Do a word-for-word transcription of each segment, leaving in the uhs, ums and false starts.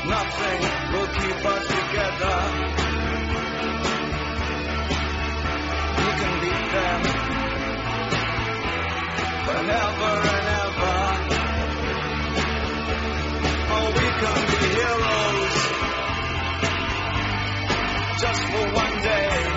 nothing will keep us together. We can beat them forever and ever. Oh, we can be heroes just for one day.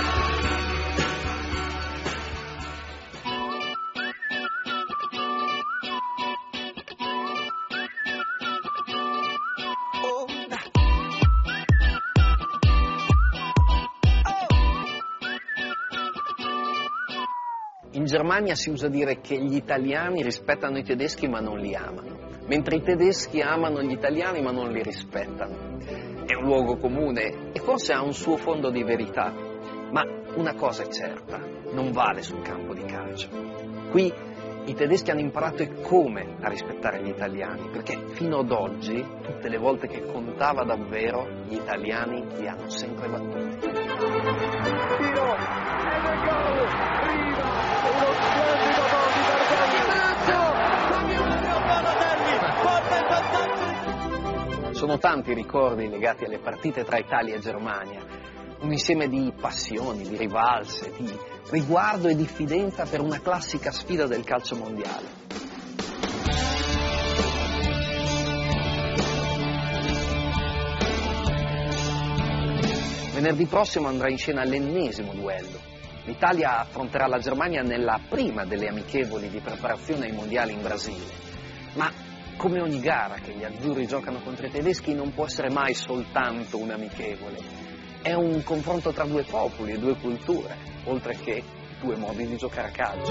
In Germania si usa dire che gli italiani rispettano i tedeschi ma non li amano, mentre i tedeschi amano gli italiani ma non li rispettano. È un luogo comune e forse ha un suo fondo di verità, ma una cosa è certa, non vale sul campo di calcio. Qui i tedeschi hanno imparato e come a rispettare gli italiani, perché fino ad oggi, tutte le volte che contava davvero, gli italiani li hanno sempre battuti. Sono tanti i ricordi legati alle partite tra Italia e Germania, un insieme di passioni, di rivalse, di riguardo e diffidenza per una classica sfida del calcio mondiale. Venerdì prossimo andrà in scena l'ennesimo duello. L'Italia affronterà la Germania nella prima delle amichevoli di preparazione ai mondiali in Brasile. Ma come ogni gara che gli azzurri giocano contro i tedeschi non può essere mai soltanto un amichevole. È un confronto tra due popoli e due culture, oltre che due modi di giocare a calcio.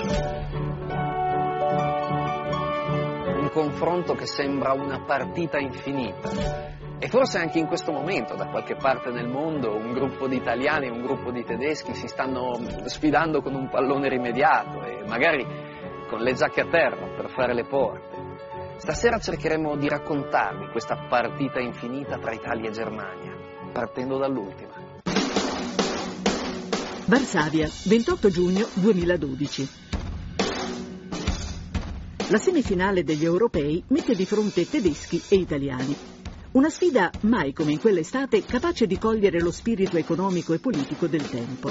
Un confronto che sembra una partita infinita. E forse anche in questo momento, da qualche parte nel mondo, un gruppo di italiani e un gruppo di tedeschi si stanno sfidando con un pallone rimediato e magari con le giacche a terra per fare le porte. Stasera cercheremo di raccontarvi questa partita infinita tra Italia e Germania, partendo dall'ultima. Varsavia, ventotto giugno duemiladodici. La semifinale degli europei mette di fronte tedeschi e italiani. Una sfida mai come in quell'estate capace di cogliere lo spirito economico e politico del tempo.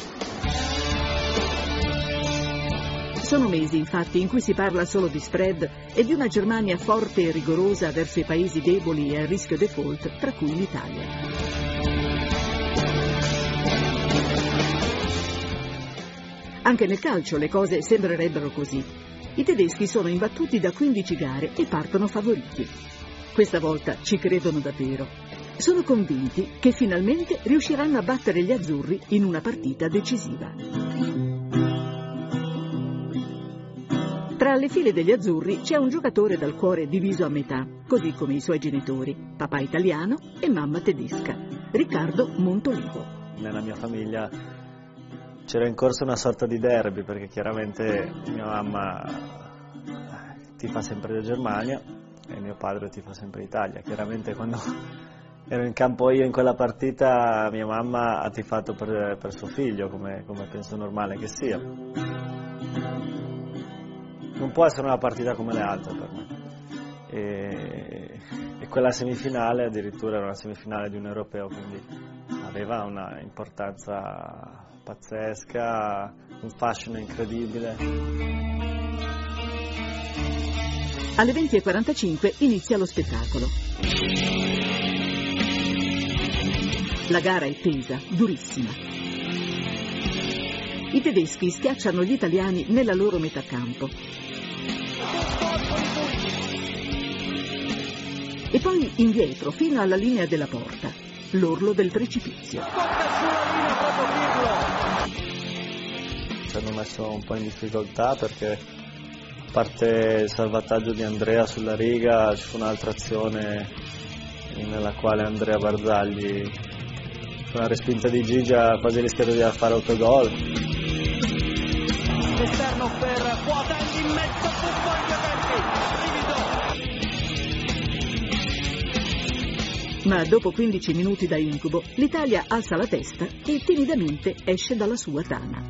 Sono mesi, infatti, in cui si parla solo di spread e di una Germania forte e rigorosa verso i paesi deboli e a rischio default, tra cui l'Italia. Anche nel calcio le cose sembrerebbero così. I tedeschi sono imbattuti da quindici gare e partono favoriti. Questa volta ci credono davvero. Sono convinti che finalmente riusciranno a battere gli azzurri in una partita decisiva. Tra le file degli azzurri c'è un giocatore dal cuore diviso a metà, così come i suoi genitori, papà italiano e mamma tedesca, Riccardo Montolivo. Nella mia famiglia c'era in corso una sorta di derby, perché chiaramente mia mamma tifa sempre la Germania e mio padre tifa sempre Italia. Chiaramente quando ero in campo io in quella partita mia mamma ha tifato per, per suo figlio, come, come penso normale che sia. Non può essere una partita come le altre per me. E, e quella semifinale addirittura era una semifinale di un europeo, quindi aveva una importanza pazzesca, un fascino incredibile. Alle venti e quarantacinque inizia lo spettacolo. La gara è tesa, durissima. I tedeschi schiacciano gli italiani nella loro metà campo. E poi indietro, fino alla linea della porta, l'orlo del precipizio. Ci hanno messo un po' in difficoltà perché, a parte il salvataggio di Andrea sulla riga, ci fu un'altra azione nella quale Andrea Barzagli, con una respinta di Gigia, ha quasi rischiato di fare autogol. Esterno per Boateng in mezzo, Ma dopo quindici minuti da incubo, l'Italia alza la testa e timidamente esce dalla sua tana.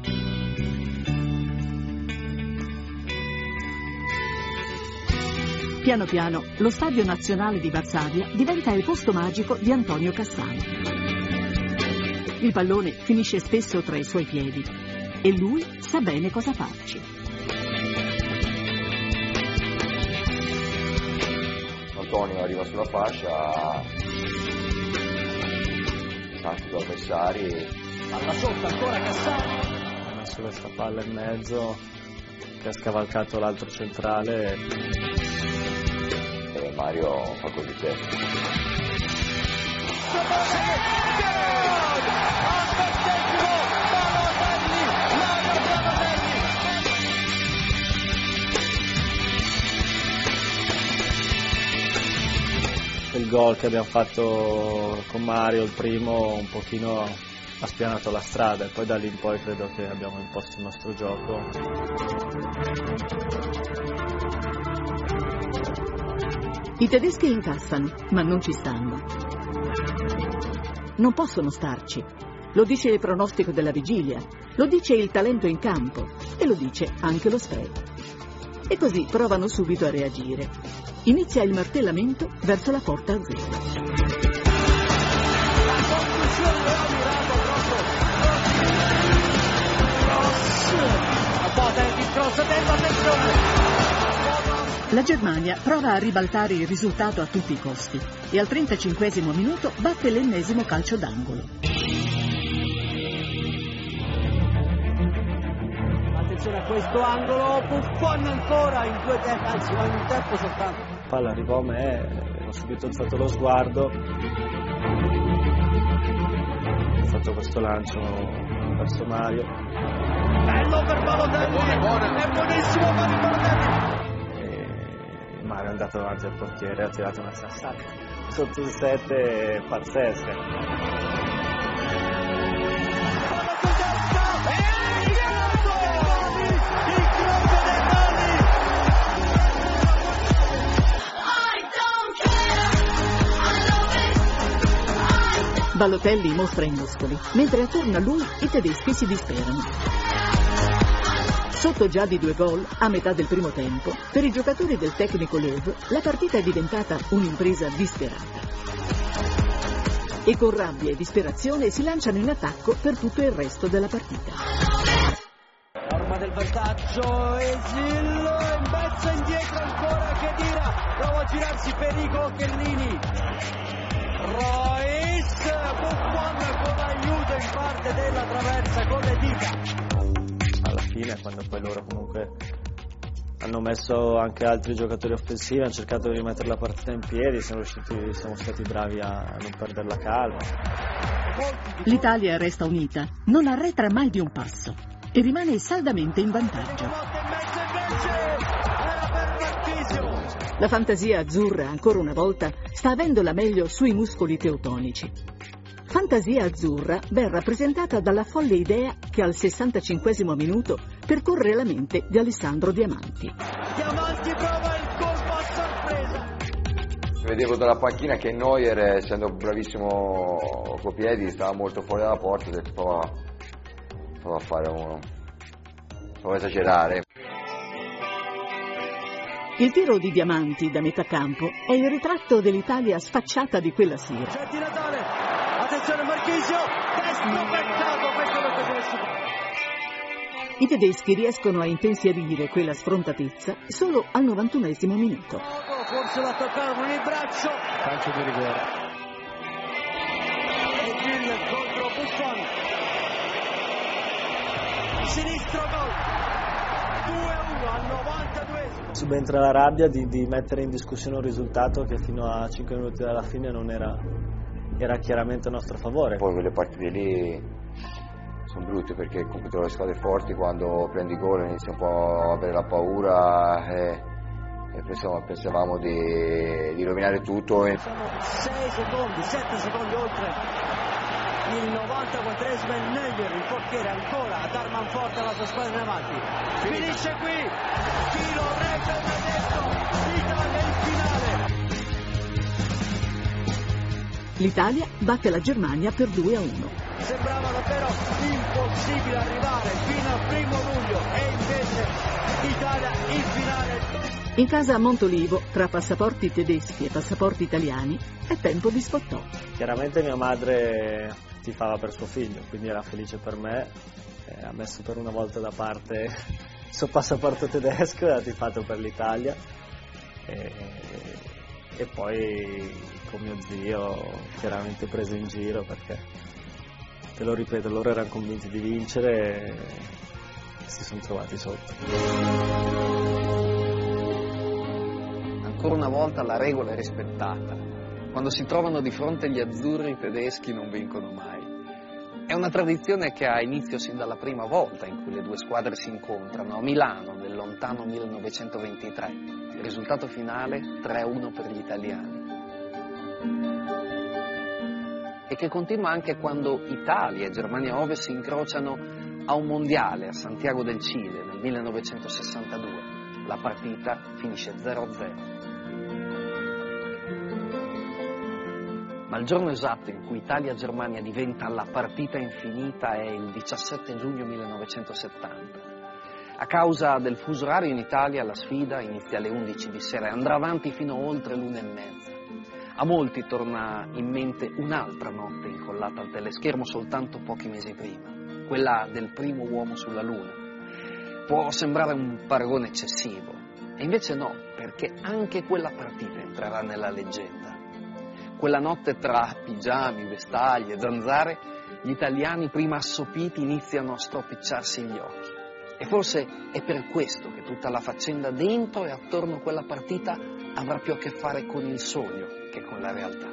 Piano piano, lo Stadio Nazionale di Varsavia diventa il posto magico di Antonio Cassano. Il pallone finisce spesso tra i suoi piedi e lui sa bene cosa farci. Antonio arriva sulla fascia, tanti due avversari. Alla sotto ancora Cassano. Ha messo questa palla in mezzo che ha scavalcato l'altro centrale. E Mario fa così te. Il gol che abbiamo fatto con Mario, il primo, un pochino ha spianato la strada e poi da lì in poi credo che abbiamo imposto il nostro gioco. I tedeschi incassano, ma non ci stanno. Non possono starci. Lo dice il pronostico della vigilia, lo dice il talento in campo e lo dice anche lo spread. E così provano subito a reagire. Inizia il martellamento verso la porta azzurra. La Germania prova a ribaltare il risultato a tutti i costi e al trentacinquesimo minuto batte l'ennesimo calcio d'angolo. Attenzione a questo angolo, Buffon ancora in due tempi, anzi in un tempo soltanto. La palla arrivò a me, ho subito alzato lo sguardo, ho fatto questo lancio verso Mario. Bello per Balotelli, è buonissimo per il Balotelli. Mario è andato davanti al portiere, ha tirato una sassata sotto il sette pazzesca. Balotelli mostra i muscoli, mentre attorno a lui i tedeschi si disperano. Sotto già di due gol, a metà del primo tempo, per i giocatori del tecnico Löw, la partita è diventata un'impresa disperata. E con rabbia e disperazione si lanciano in attacco per tutto il resto della partita. Norma del vantaggio, Esil, imbezza indietro ancora, che tira, prova a girarsi, pericolo Chiellini. Royce, Buffon con aiuto in parte della traversa con le dita. Alla fine, quando poi loro comunque hanno messo anche altri giocatori offensivi, hanno cercato di rimettere la partita in piedi, siamo, riusciti, siamo stati bravi a non perdere la calma. L'Italia resta unita, non arretra mai di un passo e rimane saldamente in vantaggio. La fantasia azzurra, ancora una volta, sta avendo la meglio sui muscoli teutonici. Fantasia azzurra ben rappresentata dalla folle idea che al sessantacinquesimo minuto percorre la mente di Alessandro Diamanti. Diamanti prova il colpo a sorpresa. Vedevo dalla panchina che Neuer, essendo bravissimo coi piedi, stava molto fuori dalla porta, ho detto prova, prova a fare uno, prova a esagerare. Il tiro di Diamanti da metà campo è il ritratto dell'Italia sfacciata di quella sera. C'è di Natale, attenzione Marchisio, destro peccato, questo lo che deve superare. I tedeschi riescono a intensierire quella sfrontatezza solo al novantunesimo minuto. Forse l'ha toccato con il braccio. Calcio di rigore. E Gil contro Buffon. Sinistro gol. due a uno al novantaduesimo. Subentra la rabbia di, di mettere in discussione un risultato che fino a cinque minuti dalla fine non era, era chiaramente a nostro favore. Poi quelle partite lì sono brutte perché contro le squadre forti, quando prendi gol inizi un po' a avere la paura e, e pensavamo, pensavamo di, di rovinare tutto. E... Sono sei secondi, sette secondi oltre il novantaquattresimo, il Neuer, il portiere ancora a dar manforte alla sua squadra in avanti. Finisce qui, chi lo avrebbe mai detto, Italia in finale. L'Italia batte la Germania per due a uno. Sembrava davvero impossibile arrivare fino al primo luglio e invece l'Italia in finale. In casa a Montolivo, tra passaporti tedeschi e passaporti italiani, è tempo di sfottò. Chiaramente mia madre tifava per suo figlio, quindi era felice per me, eh, ha messo per una volta da parte il suo passaporto tedesco e ha tifato per l'Italia. E, e poi con mio zio chiaramente preso in giro perché, te lo ripeto, loro erano convinti di vincere e si sono trovati sotto. Ancora una volta la regola è rispettata. Quando si trovano di fronte gli azzurri, i tedeschi non vincono mai. È una tradizione che ha inizio sin dalla prima volta in cui le due squadre si incontrano, a Milano nel lontano millenovecentoventitré. Il risultato finale tre a uno per gli italiani. E che continua anche quando Italia e Germania Ovest si incrociano a un mondiale a Santiago del Cile nel millenovecentosessantadue. La partita finisce zero a zero. Ma il giorno esatto in cui Italia-Germania diventa la partita infinita è il diciassette giugno millenovecentosettanta. A causa del fuso orario in Italia la sfida inizia alle undici di sera e andrà avanti fino oltre l'una e mezza. A molti torna in mente un'altra notte incollata al teleschermo soltanto pochi mesi prima, quella del primo uomo sulla Luna. Può sembrare un paragone eccessivo, e invece no, perché anche quella partita entrerà nella leggenda. Quella notte tra pigiami, vestaglie, zanzare, gli italiani prima assopiti iniziano a stropicciarsi gli occhi. E forse è per questo che tutta la faccenda dentro e attorno a quella partita avrà più a che fare con il sogno che con la realtà.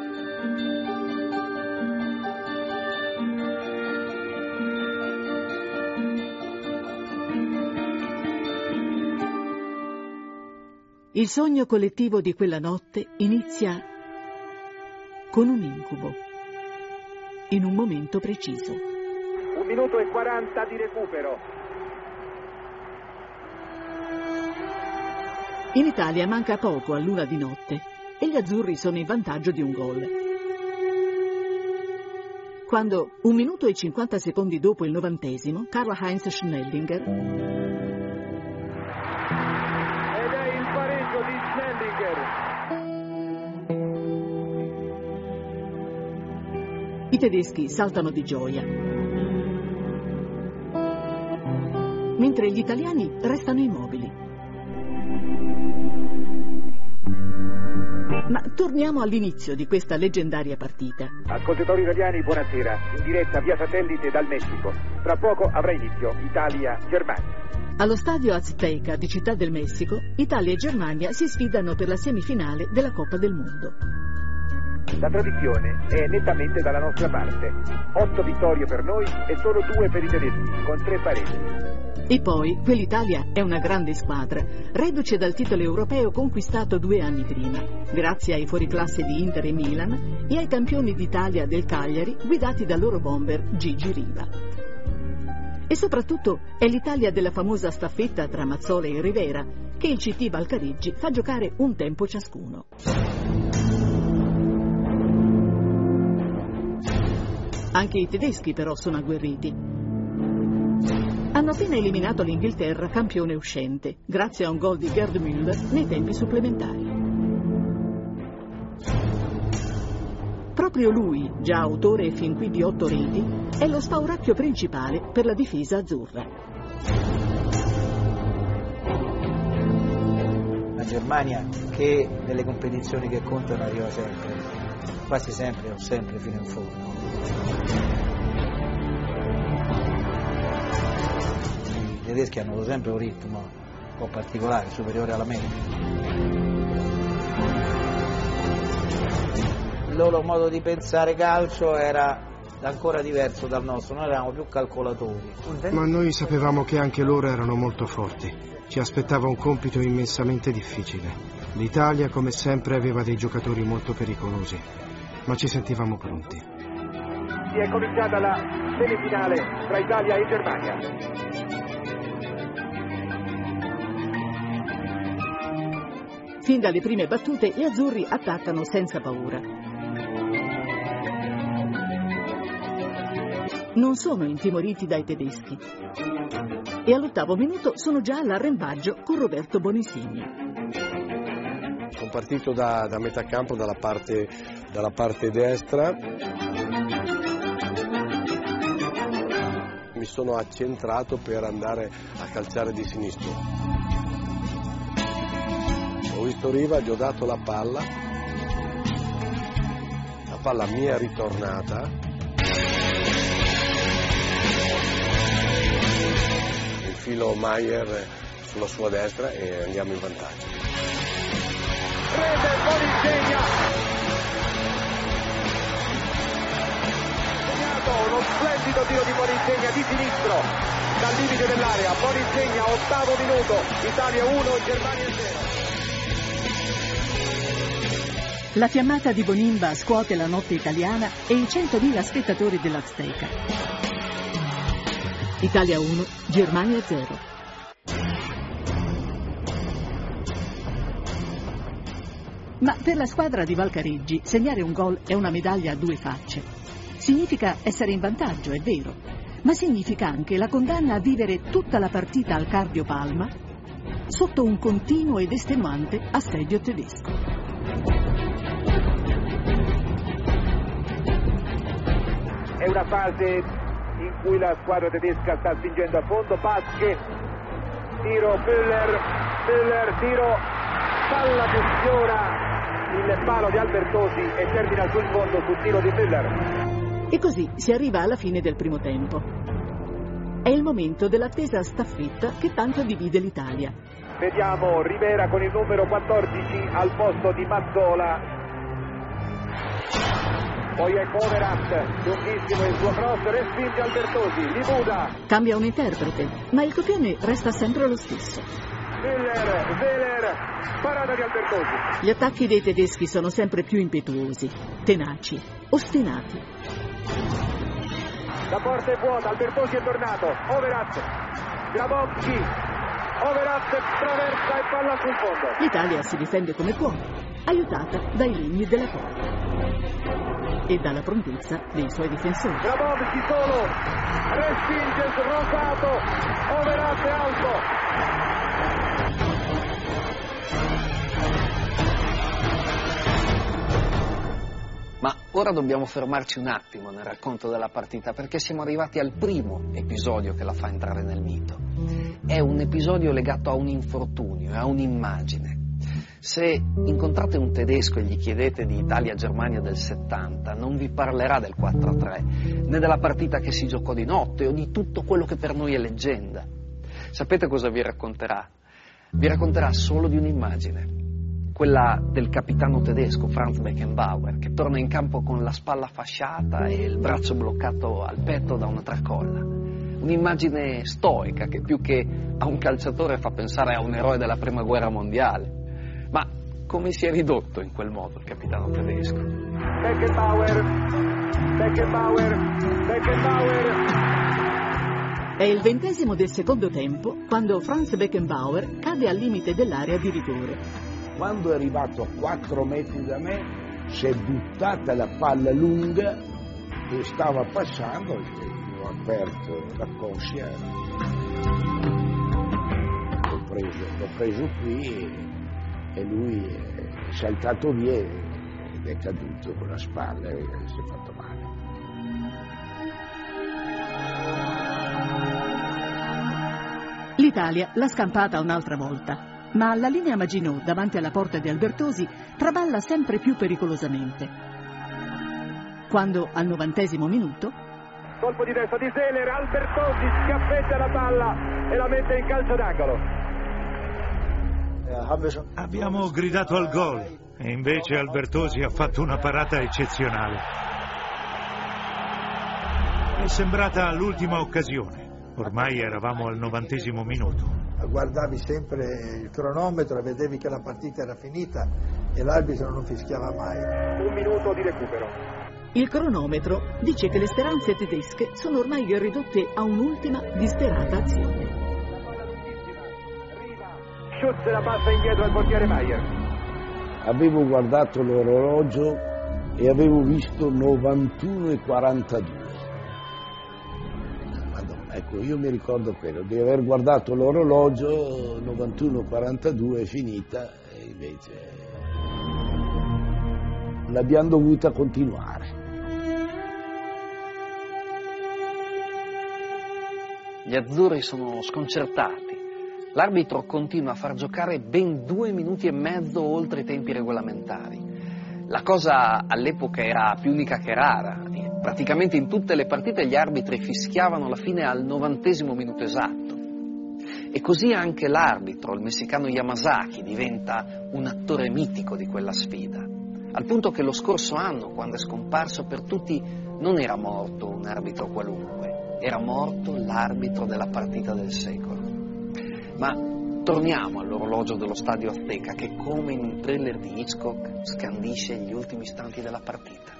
Il sogno collettivo di quella notte inizia con un incubo, in un momento preciso. Un minuto e quaranta di recupero. In Italia manca poco all'una di notte e gli azzurri sono in vantaggio di un gol. Quando, un minuto e cinquanta secondi dopo il novantesimo, Karl-Heinz Schnellinger Ed è il pareggio di Schnellinger. I tedeschi saltano di gioia, mentre gli italiani restano immobili. Ma torniamo all'inizio di questa leggendaria partita. Ascoltatori italiani, buonasera. In diretta via satellite dal Messico. Tra poco avrà inizio Italia-Germania. Allo stadio Azteca di Città del Messico, Italia e Germania si sfidano per la semifinale della Coppa del Mondo. La tradizione è nettamente dalla nostra parte. Otto vittorie per noi e solo due per i tedeschi, con tre pareggi. E poi quell'Italia è una grande squadra, reduce dal titolo europeo conquistato due anni prima, grazie ai fuoriclasse di Inter e Milan e ai campioni d'Italia del Cagliari guidati dal loro bomber Gigi Riva. E soprattutto è l'Italia della famosa staffetta tra Mazzola e Rivera che il C T Valcareggi fa giocare un tempo ciascuno. Anche i tedeschi però sono agguerriti. Hanno appena eliminato l'Inghilterra campione uscente, grazie a un gol di Gerd Müller nei tempi supplementari. Proprio lui, già autore fin qui di otto reti, è lo spauracchio principale per la difesa azzurra. La Germania, che nelle competizioni che contano arriva sempre, quasi sempre o sempre fino in fondo. I tedeschi hanno sempre un ritmo un po' particolare, superiore alla media. Il loro modo di pensare calcio era ancora diverso dal nostro, noi eravamo più calcolatori. Ma noi sapevamo che anche loro erano molto forti. Ci aspettava un compito immensamente difficile. L'Italia, come sempre, aveva dei giocatori molto pericolosi, ma ci sentivamo pronti. Si è cominciata la semifinale tra Italia e Germania. Fin dalle prime battute gli azzurri attaccano senza paura. non sono intimoriti dai tedeschi e all'ottavo minuto sono già all'arrembaggio con Roberto Bonisegni. Sono partito da, da metà campo, dalla parte, dalla parte destra. Mi sono accentrato per andare a calciare di sinistro. Ho visto Riva, gli ho dato la palla. La palla mi è ritornata. Infilo Maier sulla sua destra e andiamo in vantaggio. Rete Bonisegna, segnato uno splendido tiro di Bonisegna di sinistro dal limite dell'area. Bonisegna, ottavo minuto, Italia uno, Germania zero. La fiammata di Bonimba scuote la notte italiana e i centomila spettatori dell'Azteca. Italia uno, Germania zero. Ma per la squadra di Valcareggi segnare un gol è una medaglia a due facce. Significa essere in vantaggio, è vero, ma significa anche la condanna a vivere tutta la partita al cardiopalma sotto un continuo ed estenuante assedio tedesco. È una fase in cui la squadra tedesca sta spingendo a fondo. Pasche, tiro Müller, Müller, tiro, palla che sfiora il palo di Albertosi e termina sul fondo sul tiro di Müller. E così si arriva alla fine del primo tempo. È il momento dell'attesa staffetta che tanto divide l'Italia. Vediamo Rivera con il numero quattordici al posto di Mazzola. Poi è Coverat, lunghissimo il suo cross, respinge Albertosi, Libuda. Cambia un interprete, ma il copione resta sempre lo stesso. Müller, Zeller, parata di Albertosi. Gli attacchi dei tedeschi sono sempre più impetuosi, tenaci, ostinati. La porta è vuota, Albertosi è tornato, Overat, Grabowski, Overat traversa e palla sul fondo. L'Italia si difende come può, aiutata dai legni della porta e dalla prontezza dei suoi difensori. Grabowski solo, respinge Rosato, Overat è alto. Ma ora dobbiamo fermarci un attimo nel racconto della partita, perché siamo arrivati al primo episodio che la fa entrare nel mito. È un episodio legato a un infortunio, a un'immagine. Se incontrate un tedesco e gli chiedete di Italia-Germania del settanta, non vi parlerà del quattro a tre, né della partita che si giocò di notte o di tutto quello che per noi è leggenda. Sapete cosa vi racconterà? Vi racconterà solo di un'immagine. Quella del capitano tedesco Franz Beckenbauer, che torna in campo con la spalla fasciata e il braccio bloccato al petto da una tracolla. Un'immagine stoica che più che a un calciatore fa pensare a un eroe della prima guerra mondiale. Ma come si è ridotto in quel modo il capitano tedesco? Beckenbauer, Beckenbauer, Beckenbauer. È il ventesimo del secondo tempo quando Franz Beckenbauer cade al limite dell'area di rigore. Quando è arrivato a quattro metri da me, si è buttata la palla lunga e stava passando, e io ho aperto la coscia, l'ho preso, l'ho preso qui e, e lui è saltato via ed è caduto con la spalla e si è fatto male. L'Italia l'ha scampata un'altra volta. Ma la linea Maginot davanti alla porta di Albertosi traballa sempre più pericolosamente. Quando al novantesimo minuto... Colpo di testa di Zeller, Albertosi schiaffeggia la palla e la mette in calcio d'angolo. Abbiamo gridato al gol e invece Albertosi ha fatto una parata eccezionale. È sembrata l'ultima occasione. Ormai eravamo al novantesimo minuto. Guardavi sempre il cronometro e vedevi che la partita era finita e l'arbitro non fischiava mai. Un minuto di recupero. Il cronometro dice che le speranze tedesche sono ormai ridotte a un'ultima disperata azione. Schutz la passa indietro al portiere Maier. Avevo guardato l'orologio e avevo visto novantuno e quarantadue. Ecco, io mi ricordo quello, di aver guardato l'orologio, novantuno quarantadue è finita, e invece l'abbiamo dovuta continuare. Gli azzurri sono sconcertati. L'arbitro continua a far giocare ben due minuti e mezzo oltre i tempi regolamentari. La cosa all'epoca era più unica che rara. Praticamente in tutte le partite gli arbitri fischiavano la fine al novantesimo minuto esatto. E così anche l'arbitro, il messicano Yamasaki, diventa un attore mitico di quella sfida. Al punto che lo scorso anno, quando è scomparso, per tutti non era morto un arbitro qualunque, era morto l'arbitro della partita del secolo. Ma torniamo all'orologio dello Stadio Azteca che, come in un thriller di Hitchcock, scandisce gli ultimi istanti della partita.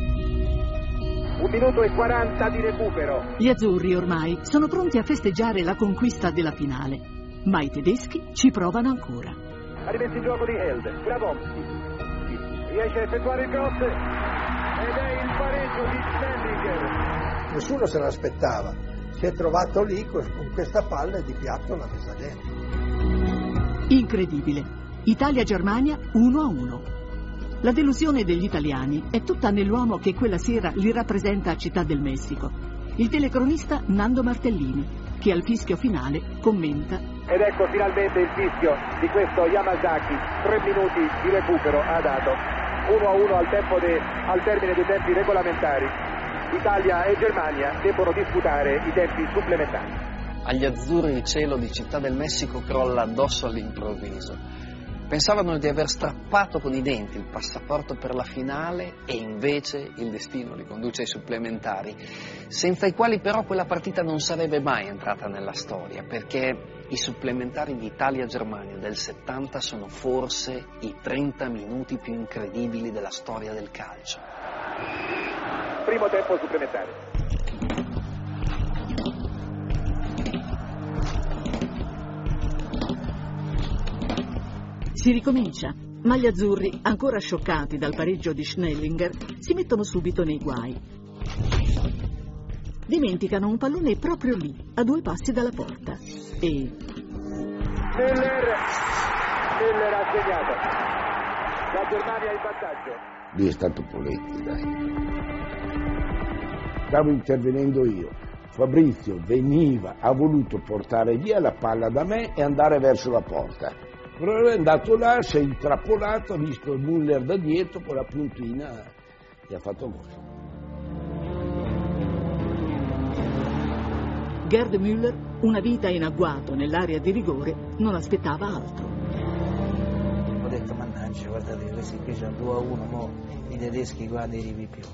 Un minuto e quaranta di recupero. Gli azzurri ormai sono pronti a festeggiare la conquista della finale, ma i tedeschi ci provano ancora. Ha rimesso in gioco di Held, Grabowski riesce a effettuare il cross ed è il pareggio di Schnellinger. Nessuno se l'aspettava, si è trovato lì con questa palla e di piatto l'ha messa dentro. Incredibile, Italia-Germania uno a uno. La delusione degli italiani è tutta nell'uomo che quella sera li rappresenta a Città del Messico, il telecronista Nando Martellini, che al fischio finale commenta: ed ecco finalmente il fischio di questo Yamasaki, tre minuti di recupero ha dato, uno a uno al, tempo de, al termine dei tempi regolamentari. Italia e Germania debbono disputare i tempi supplementari. Agli azzurri il cielo di Città del Messico crolla addosso all'improvviso. Pensavano di aver strappato con i denti il passaporto per la finale e invece il destino li conduce ai supplementari, senza i quali però quella partita non sarebbe mai entrata nella storia, perché i supplementari di Italia-Germania del settanta sono forse i trenta minuti più incredibili della storia del calcio. Primo tempo supplementare. Si ricomincia, ma gli azzurri, ancora scioccati dal pareggio di Schnellinger, si mettono subito nei guai. Dimenticano un pallone proprio lì, a due passi dalla porta. E... Müller, Müller ha segnato. La Germania è in vantaggio. Lì è stato Poletti, dai. Stavo intervenendo io. Fabrizio veniva, ha voluto portare via la palla da me e andare verso la porta. Però è andato là, si è intrappolato, ha visto Müller da dietro con la puntina e ha fatto gol. Gerd Müller, una vita in agguato nell'area di rigore, non aspettava altro. Ho detto, mannaggia, guardate, questi qui c'è due a uno, mo i tedeschi qua ne arrivi più.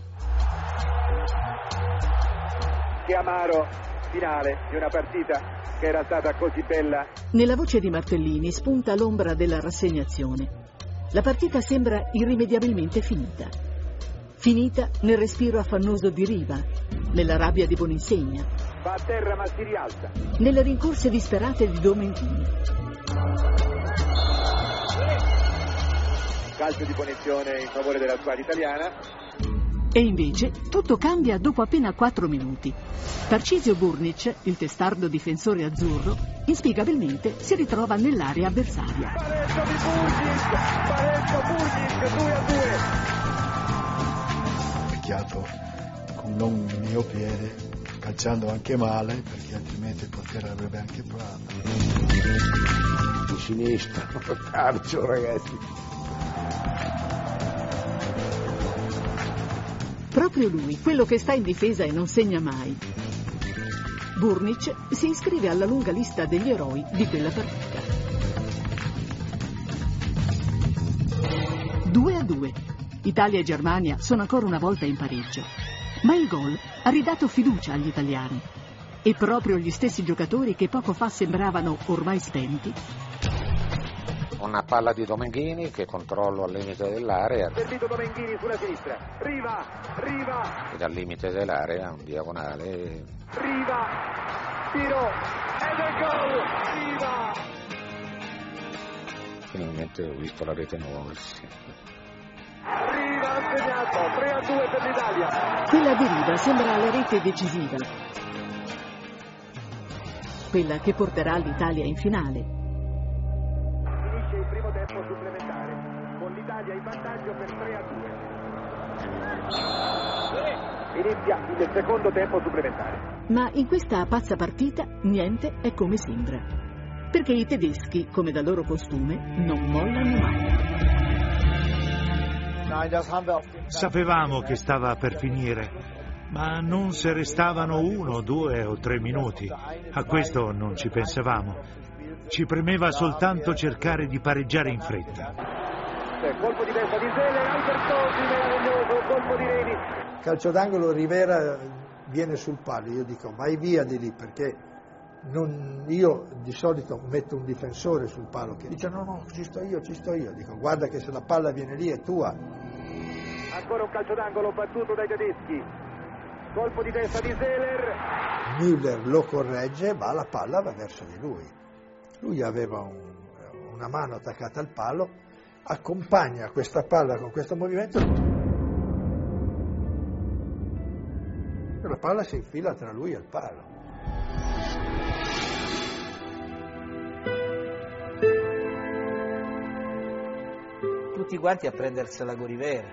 Che amaro finale di una partita che era stata così bella. Nella voce di Martellini spunta l'ombra della rassegnazione. La partita sembra irrimediabilmente finita. Finita nel respiro affannoso di Riva, nella rabbia di Boninsegna. Va a terra ma si rialza. Nelle rincorse disperate di Domenghini. Calcio di punizione in favore della squadra italiana. E invece tutto cambia dopo appena quattro minuti. Tarcisio Burnic, il testardo difensore azzurro, inspiegabilmente si ritrova nell'area avversaria. Pareggio di Burnic, pareggio Burnic, due a due. Picchiato con non mio piede, calciando anche male, perché altrimenti il portiere avrebbe anche provato. Di sinistra, calcio ragazzi. Proprio lui, quello che sta in difesa e non segna mai. Burnic si iscrive alla lunga lista degli eroi di quella partita. due a due. Italia e Germania sono ancora una volta in pareggio. Ma il gol ha ridato fiducia agli italiani. E proprio gli stessi giocatori che poco fa sembravano ormai spenti. Una palla di Domenghini che controllo al limite dell'area. Servito Domenghini sulla sinistra. Riva, Riva. E dal limite dell'area un diagonale. Riva, tiro ed è gol. Riva. Finalmente ho visto la rete muoversi. Riva ha segnato, tre a due per l'Italia. Quella di Riva sembra la rete decisiva. quella che porterà l'Italia in finale. Finisce il primo tempo supplementare, con l'Italia in vantaggio per tre a due. Inizia il secondo tempo supplementare. Ma in questa pazza partita niente è come sembra, perché i tedeschi, come da loro costume, non mollano mai. Sapevamo che stava per finire, ma non se restavano uno, due o tre minuti. A questo non ci pensavamo. Ci premeva soltanto cercare di pareggiare in fretta. Colpo di testa di Zeller, Albertosi, meraviglioso, colpo di Reni. Calcio d'angolo, Rivera viene sul palo, io dico vai via di lì, perché non, io di solito metto un difensore sul palo che dice no no ci sto io, ci sto io, dico guarda che se la palla viene lì è tua. Ancora un calcio d'angolo battuto dai tedeschi, colpo di testa di Zeller. Müller lo corregge, ma la palla va verso di lui. Lui aveva un, una mano attaccata al palo, accompagna questa palla con questo movimento e la palla si infila tra lui e il palo. Tutti quanti a prendersela con Rivera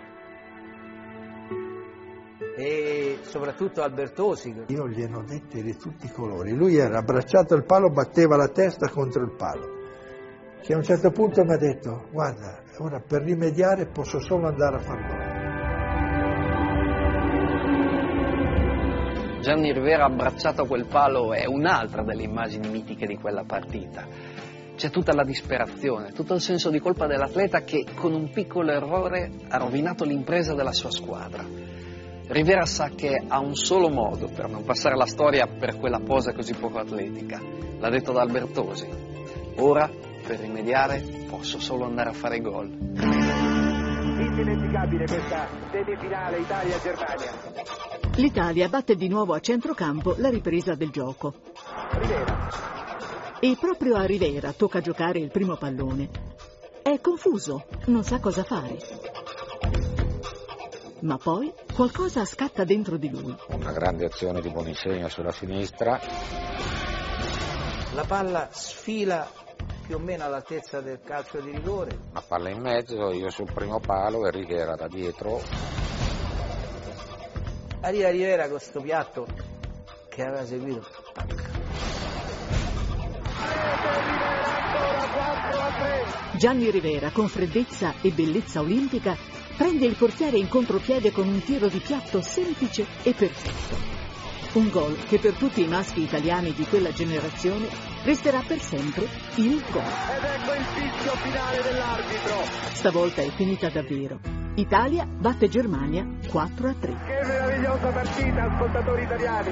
e soprattutto Albertosi. Io gliene ho detti di tutti i colori, lui era abbracciato al palo, batteva la testa contro il palo, che a un certo punto mi ha detto guarda, ora per rimediare posso solo andare a far gol. Gianni Rivera abbracciato a quel palo è un'altra delle immagini mitiche di quella partita. C'è tutta la disperazione, tutto il senso di colpa dell'atleta che con un piccolo errore ha rovinato l'impresa della sua squadra. Rivera sa che ha un solo modo per non passare la storia per quella posa così poco atletica. L'ha detto ad Albertosi. Ora, per rimediare, posso solo andare a fare gol. Indimenticabile questa semifinale Italia-Germania. L'Italia batte di nuovo a centrocampo la ripresa del gioco. Rivera. E proprio a Rivera tocca giocare il primo pallone. È confuso, non sa cosa fare. Ma poi qualcosa scatta dentro di lui. Una grande azione di Boninsegna sulla sinistra. La palla sfila più o meno all'altezza del calcio di rigore. Una palla in mezzo, io sul primo palo e Rivera da dietro. Arriva Rivera con questo piatto che aveva seguito. Gianni Rivera, con freddezza e bellezza olimpica, prende il portiere in contropiede con un tiro di piatto semplice e perfetto. Un gol che per tutti i maschi italiani di quella generazione resterà per sempre il gol. Ed ecco il fischio finale dell'arbitro. Stavolta è finita davvero. Italia batte Germania quattro a tre. Che meravigliosa partita, ascoltatori italiani.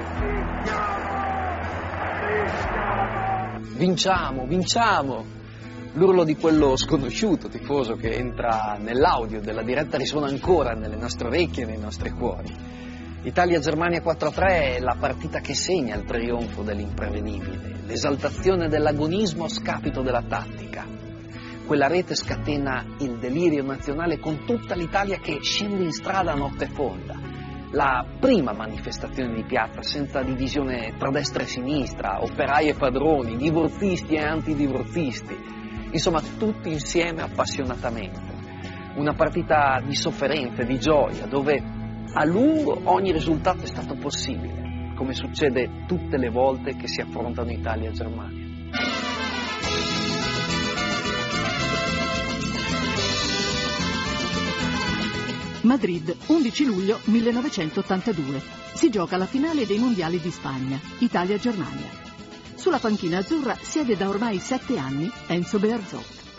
Vinciamo, vinciamo! L'urlo di quello sconosciuto tifoso che entra nell'audio della diretta risuona ancora nelle nostre orecchie e nei nostri cuori. Italia-Germania quattro a tre è la partita che segna il trionfo dell'imprevedibile, l'esaltazione dell'agonismo a scapito della tattica. Quella rete scatena il delirio nazionale con tutta l'Italia che scende in strada a notte fonda. La prima manifestazione di piazza senza divisione tra destra e sinistra, operai e padroni, divorzisti e antidivorzisti. Insomma, tutti insieme appassionatamente. Una partita di sofferenza, di gioia, dove a lungo ogni risultato è stato possibile, come succede tutte le volte che si affrontano Italia e Germania. Madrid, undici luglio millenovecentottantadue. Si gioca la finale dei mondiali di Spagna, Italia-Germania. Sulla panchina azzurra siede da ormai sette anni Enzo Bearzot.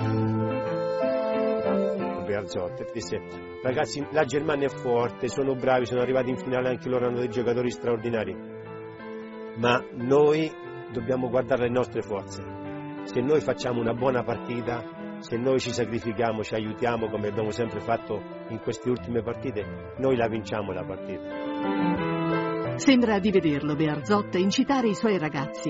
Bearzot disse: ragazzi, la Germania è forte, sono bravi, sono arrivati in finale anche loro, hanno dei giocatori straordinari, ma noi dobbiamo guardare le nostre forze. Se noi facciamo una buona partita, se noi ci sacrifichiamo, ci aiutiamo come abbiamo sempre fatto in queste ultime partite, noi la vinciamo la partita. Sembra di vederlo Bearzot incitare i suoi ragazzi.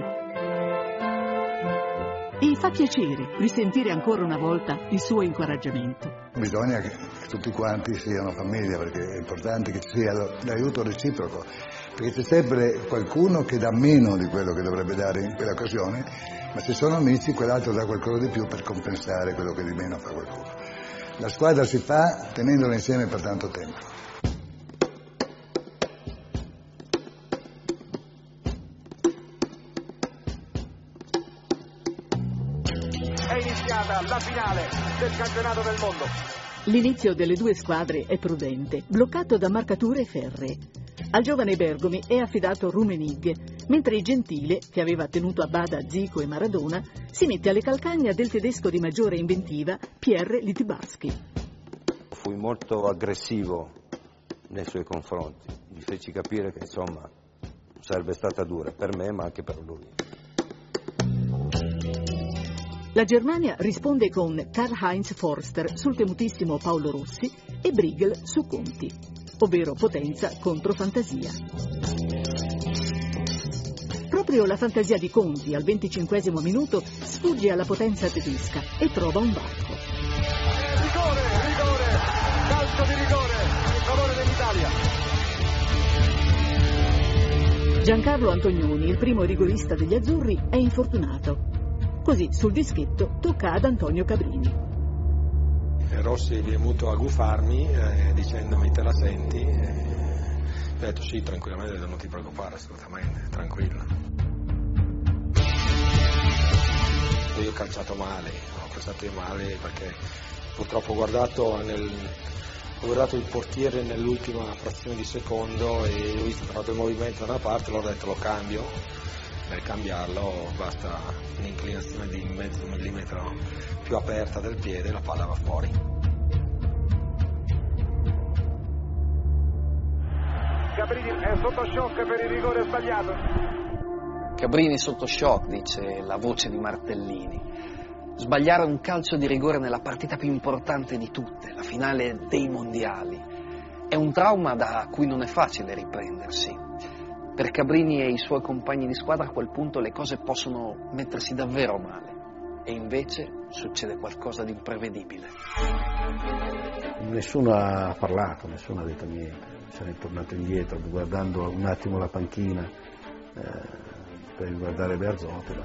E fa piacere risentire ancora una volta il suo incoraggiamento. Bisogna che tutti quanti siano famiglia, perché è importante che ci sia l'aiuto reciproco, perché c'è sempre qualcuno che dà meno di quello che dovrebbe dare in quell'occasione, ma se sono amici quell'altro dà qualcosa di più per compensare quello che di meno fa qualcuno. La squadra si fa tenendola insieme per tanto tempo. È iniziata la finale del campionato del mondo. L'inizio delle due squadre è prudente, bloccato da marcature ferree. Al giovane Bergomi è affidato Rummenigge, mentre Gentile, che aveva tenuto a bada Zico e Maradona, si mette alle calcagna del tedesco di maggiore inventiva, Pierre Littbarski. Fui molto aggressivo nei suoi confronti, gli feci capire che insomma sarebbe stata dura per me ma anche per lui. La Germania risponde con Karl-Heinz Forster sul temutissimo Paolo Rossi e Briegel su Conti, ovvero potenza contro fantasia. Proprio la fantasia di Conti al venticinquesimo minuto sfugge alla potenza tedesca e trova un varco. Rigore, rigore, calcio di rigore in favore dell'Italia. Giancarlo Antonioni, il primo rigorista degli azzurri, è infortunato. Così sul dischetto tocca ad Antonio Cabrini. Rossi è venuto a gufarmi eh, dicendomi te la senti? E ho detto sì, tranquillamente, non ti preoccupare, assolutamente, tranquilla. Io ho calciato male, ho calciato male perché purtroppo ho guardato, nel, ho guardato il portiere nell'ultima frazione di secondo e ho visto che ha fatto il movimento da una parte, allora ho detto lo cambio. Per cambiarlo basta un'inclinazione di mezzo millimetro più aperta del piede e la palla va fuori. Cabrini è sotto shock per il rigore sbagliato. Cabrini sotto shock, dice la voce di Martellini. Sbagliare un calcio di rigore nella partita più importante di tutte, la finale dei mondiali, è un trauma da cui non è facile riprendersi. Per Cabrini e i suoi compagni di squadra a quel punto le cose possono mettersi davvero male e invece succede qualcosa di imprevedibile. Nessuno ha parlato, nessuno ha detto niente, se ne è tornato indietro guardando un attimo la panchina eh, per guardare Bearzot.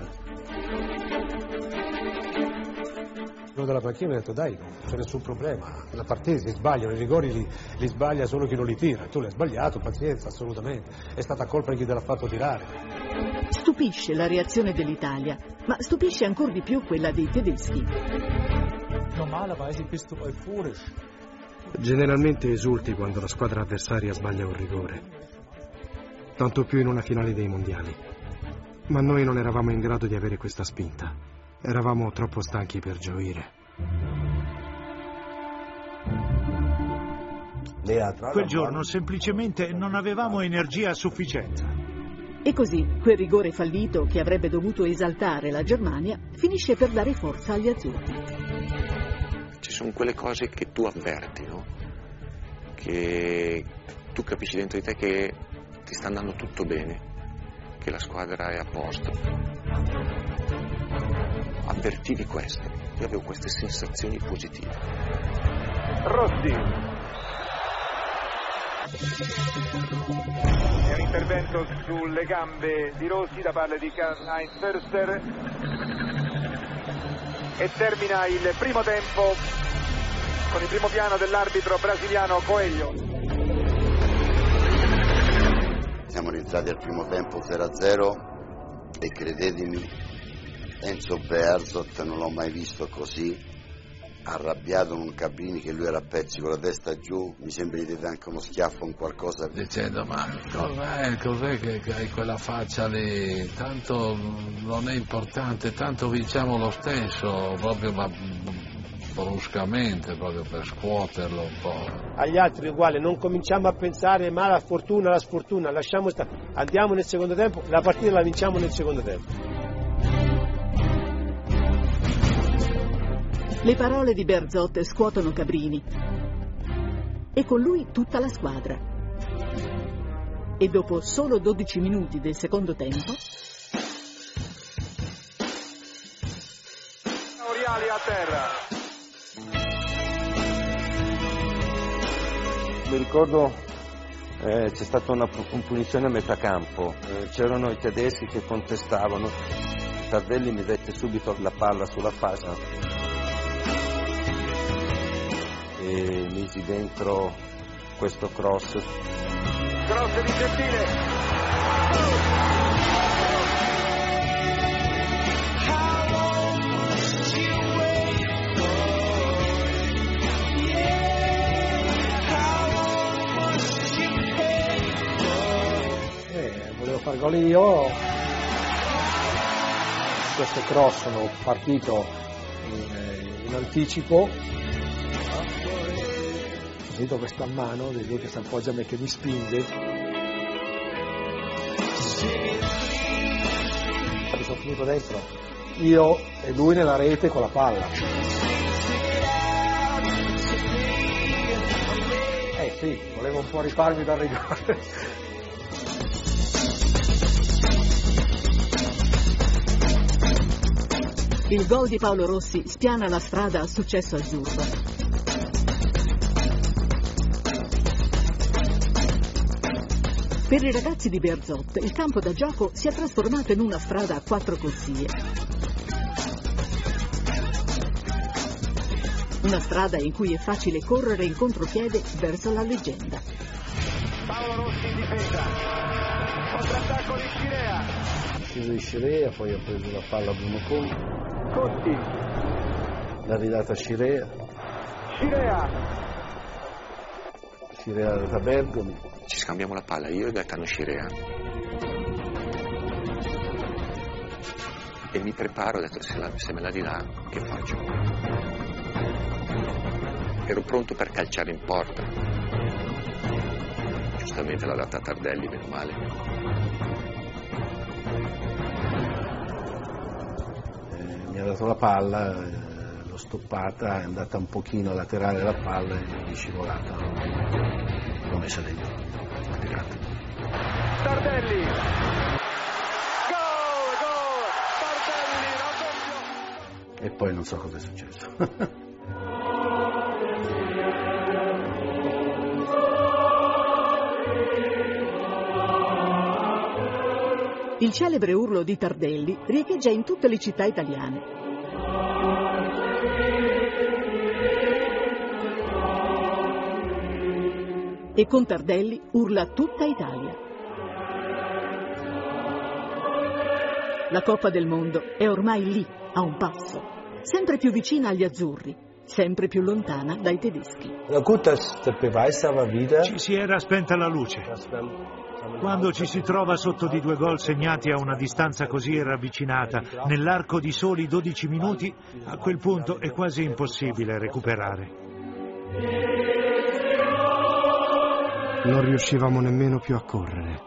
Quello della panchina ha detto dai, non c'è nessun problema, la partita si sbagliano, i rigori li, li sbaglia solo chi non li tira, tu l'hai sbagliato, pazienza, assolutamente, è stata colpa di chi te l'ha fatto tirare. Stupisce la reazione dell'Italia, ma stupisce ancora di più quella dei tedeschi. Normalerweise bist du euphorisch. Generalmente esulti quando la squadra avversaria sbaglia un rigore, tanto più in una finale dei mondiali. Ma noi non eravamo in grado di avere questa spinta. Eravamo troppo stanchi per gioire. Quel giorno semplicemente non avevamo energia a sufficienza. E così quel rigore fallito che avrebbe dovuto esaltare la Germania finisce per dare forza agli azzurri. Ci sono quelle cose che tu avverti, no? Che tu capisci dentro di te che ti sta andando tutto bene, che la squadra è a posto. Avvertivi questo, io avevo queste sensazioni positive. Rossi. È un intervento sulle gambe di Rossi da parte di Karl-Heinz Forster e termina il primo tempo con il primo piano dell'arbitro brasiliano Coelho. Siamo rientrati al primo tempo zero a zero e credetemi, Enzo Bearzot non l'ho mai visto così arrabbiato con un Cabrini che lui era a pezzi con la testa giù, mi sembra di dare anche uno schiaffo in qualcosa dicendo ma cos'è, cos'è che, che hai quella faccia lì, tanto non è importante, tanto vinciamo lo stesso, proprio ma bruscamente, proprio per scuoterlo un po'. Agli altri uguale, non cominciamo a pensare ma la fortuna, la sfortuna, lasciamo stare, andiamo nel secondo tempo, la partita la vinciamo nel secondo tempo. Le parole di Bearzot scuotono Cabrini e con lui tutta la squadra. E dopo solo dodici minuti del secondo tempo, Oriali a terra. Mi ricordo eh, c'è stata una, una punizione a metà campo, eh, c'erano i tedeschi che contestavano, Tardelli mi dette subito la palla sulla fascia e misi dentro questo cross. Cross di Gentile. Volevo far gol io, questo cross sono partito in, in anticipo, ho sentito questa mano di lui che si appoggia a me che mi spinge, mi sono finito dentro io e lui nella rete con la palla. Eh sì, volevo un po' rifarmi dal rigore. Il gol di Paolo Rossi spiana la strada al successo azzurro. Per i ragazzi di Bearzot il campo da gioco si è trasformato in una strada a quattro corsie. Una strada in cui è facile correre in contropiede verso la leggenda. Paolo Rossi in difesa. Contrattacco di Scirea. Sceso di Scirea, poi ha preso la palla a Bruno Conti. Conti. L'ha ridata a Scirea. Scirea. Scirea da Bergomi. Ci scambiamo la palla, io e Gaetano Scirea. E mi preparo, ho detto, se, la, se me la di là, che faccio? Ero pronto per calciare in porta. Giustamente l'ha data a Tardelli, meno male. Mi ha dato la palla, eh, l'ho stoppata, è andata un pochino a laterale la palla e è scivolata. L'ho messa dentro. Tardelli! Gol! Gol! Tardelli! Raddoppio! E poi non so cosa è successo. Il celebre urlo di Tardelli riecheggia in tutte le città italiane. E con Tardelli urla tutta Italia. La Coppa del Mondo è ormai lì, a un passo, sempre più vicina agli azzurri, sempre più lontana dai tedeschi. Ci si era spenta la luce. Quando ci si trova sotto di due gol segnati a una distanza così ravvicinata, nell'arco di soli dodici minuti, a quel punto è quasi impossibile recuperare. Non riuscivamo nemmeno più a correre.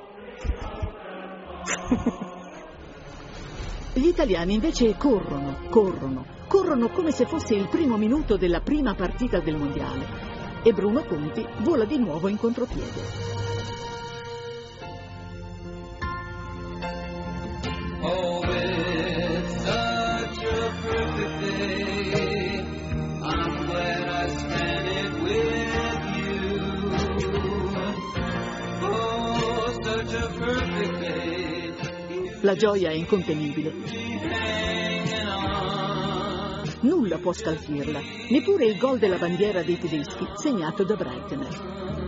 Gli italiani invece corrono, corrono, corrono come se fosse il primo minuto della prima partita del mondiale. E Bruno Conti vola di nuovo in contropiede. Oh, it's such a perfect day. I'm glad I spent it with you. Oh, such a perfect day. La gioia è incontenibile. Nulla può scalfirla, neppure il gol della bandiera dei tedeschi segnato da Breitner.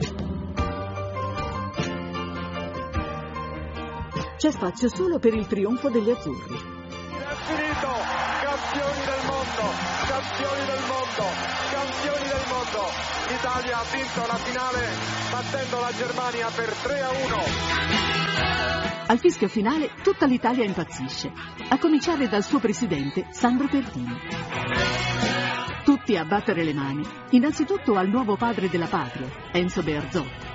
C'è spazio solo per il trionfo degli azzurri. È finito! Campioni del mondo! Campioni del mondo! Campioni del mondo! L'Italia ha vinto la finale battendo la Germania per tre a uno. Al fischio finale tutta l'Italia impazzisce, a cominciare dal suo presidente Sandro Pertini. Tutti a battere le mani, innanzitutto al nuovo padre della patria, Enzo Bearzot.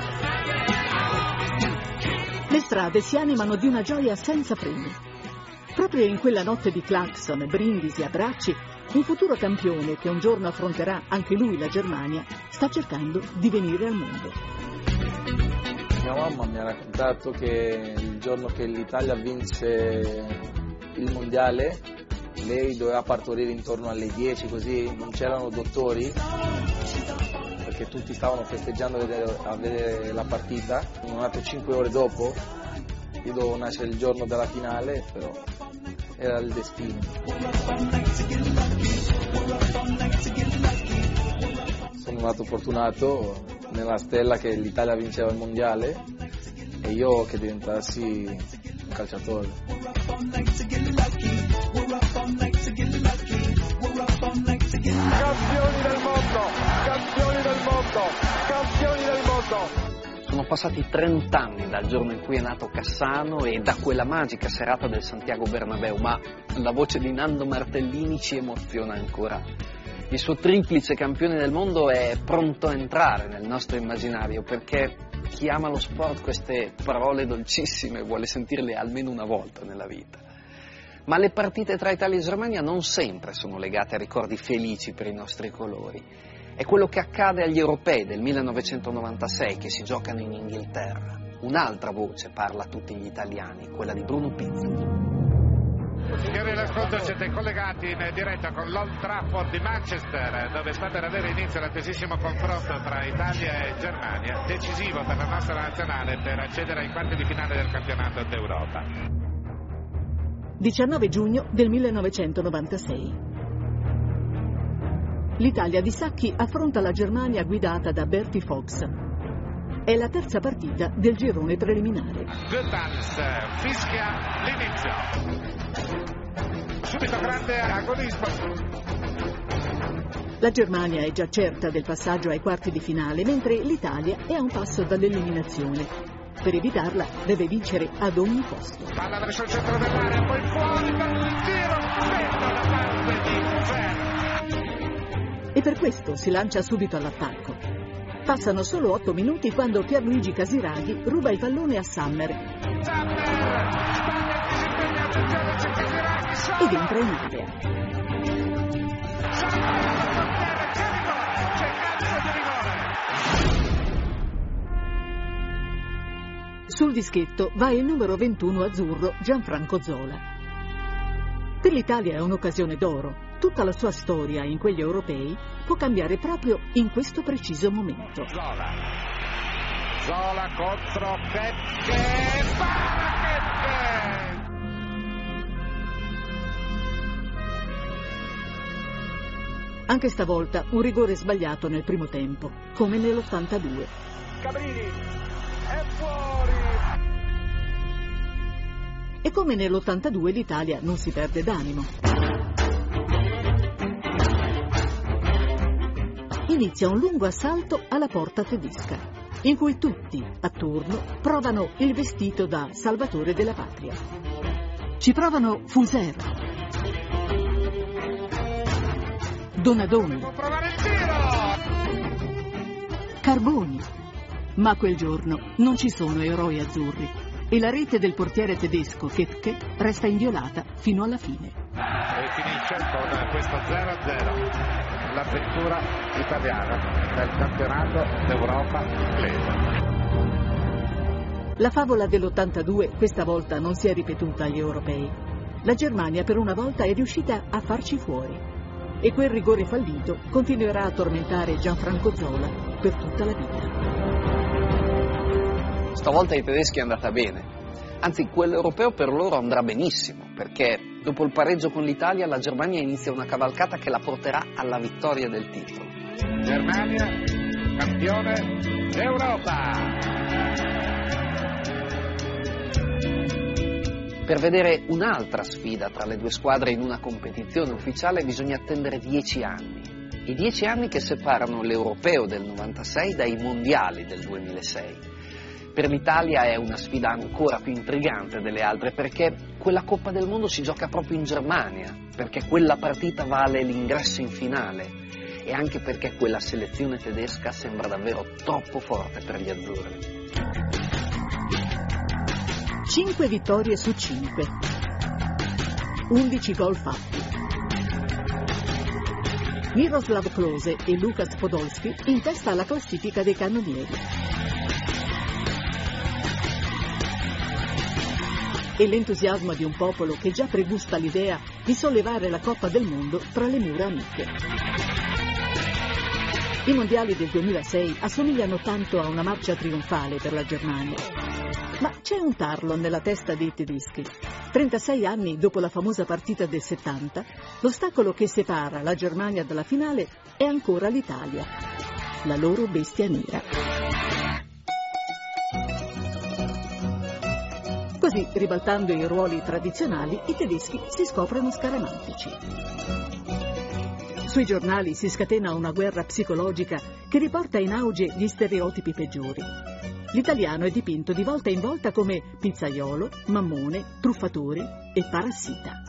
Le strade si animano di una gioia senza freni. Proprio in quella notte di clacson, brindisi e abbracci, un futuro campione che un giorno affronterà anche lui la Germania sta cercando di venire al mondo. Mia mamma mi ha raccontato che il giorno che l'Italia vinse il mondiale, lei doveva partorire intorno alle dieci, così non c'erano dottori, perché che tutti stavano festeggiando a vedere, a vedere la partita. Sono nato cinque ore dopo, io dovevo nascere il giorno della finale, però era il destino. Sono nato fortunato nella stella che l'Italia vinceva il mondiale e io che diventassi un calciatore. Campioni del mondo, campioni del mondo, campioni del mondo. Sono passati trent'anni dal giorno in cui è nato Cassano e da quella magica serata del Santiago Bernabéu, ma la voce di Nando Martellini ci emoziona ancora. Il suo triplice campione del mondo è pronto a entrare nel nostro immaginario, perché chi ama lo sport queste parole dolcissime vuole sentirle almeno una volta nella vita. Ma le partite tra Italia e Germania non sempre sono legate a ricordi felici per i nostri colori. È quello che accade agli europei del millenovecentonovantasei che si giocano in Inghilterra. Un'altra voce parla a tutti gli italiani, quella di Bruno Pizzo. Signori dell'ascolto, siete collegati in diretta con l'Old Trafford di Manchester, dove sta per avere inizio l'attesissimo confronto tra Italia e Germania, decisivo per la nostra nazionale per accedere ai quarti di finale del campionato d'Europa. diciannove giugno del millenovecentonovantasei. L'Italia di Sacchi affronta la Germania guidata da Bertie Fox. È la terza partita del girone preliminare. Goethals fischia l'inizio. Subito grande agonismo. La Germania è già certa del passaggio ai quarti di finale, mentre l'Italia è a un passo dall'eliminazione. Per evitarla deve vincere ad ogni costo. Palla verso il centro dell'area, poi fuori per il tiro, stretto da parte di Muser. E per questo si lancia subito all'attacco. Passano solo otto minuti quando Pierluigi Casiraghi ruba il pallone a Sammer ed entra in area. Sul dischetto va il numero ventuno azzurro Gianfranco Zola. Per l'Italia è un'occasione d'oro. Tutta la sua storia in quegli europei può cambiare proprio in questo preciso momento. Zola, Zola contro Peppe, para Peppe! Anche stavolta un rigore sbagliato nel primo tempo, come nell'ottantadue. Cabrini, è fuori! E come nell'ottantadue l'Italia non si perde d'animo. Inizia un lungo assalto alla porta tedesca, in cui tutti, a turno, provano il vestito da salvatore della patria. Ci provano Fuser, Donadoni, Carboni, ma quel giorno non ci sono eroi azzurri e la rete del portiere tedesco Ketke resta inviolata fino alla fine. E finisce con questo zero a zero. L'avventura italiana nel campionato d'Europa inglese. La favola dell'ottantadue questa volta non si è ripetuta agli europei. La Germania per una volta è riuscita a farci fuori e quel rigore fallito continuerà a tormentare Gianfranco Zola per tutta la vita. Stavolta ai tedeschi è andata bene. Anzi, quell'europeo per loro andrà benissimo, perché dopo il pareggio con l'Italia la Germania inizia una cavalcata che la porterà alla vittoria del titolo. Germania, campione d'Europa! Per vedere un'altra sfida tra le due squadre in una competizione ufficiale bisogna attendere dieci anni. I dieci anni che separano l'europeo del novantasei dai mondiali del duemilasei. Per l'Italia è una sfida ancora più intrigante delle altre perché quella Coppa del Mondo si gioca proprio in Germania, perché quella partita vale l'ingresso in finale e anche perché quella selezione tedesca sembra davvero troppo forte per gli azzurri. Cinque vittorie su cinque, undici gol fatti. Miroslav Klose e Lukas Podolski in testa alla classifica dei cannonieri. E l'entusiasmo di un popolo che già pregusta l'idea di sollevare la Coppa del Mondo tra le mura amiche. I mondiali del duemilasei assomigliano tanto a una marcia trionfale per la Germania. Ma c'è un tarlo nella testa dei tedeschi. trentasei anni dopo la famosa partita del settanta, l'ostacolo che separa la Germania dalla finale è ancora l'Italia, la loro bestia nera. Così, ribaltando i ruoli tradizionali, i tedeschi si scoprono scaramantici. Sui giornali si scatena una guerra psicologica che riporta in auge gli stereotipi peggiori. L'italiano è dipinto di volta in volta come pizzaiolo, mammone, truffatore e parassita.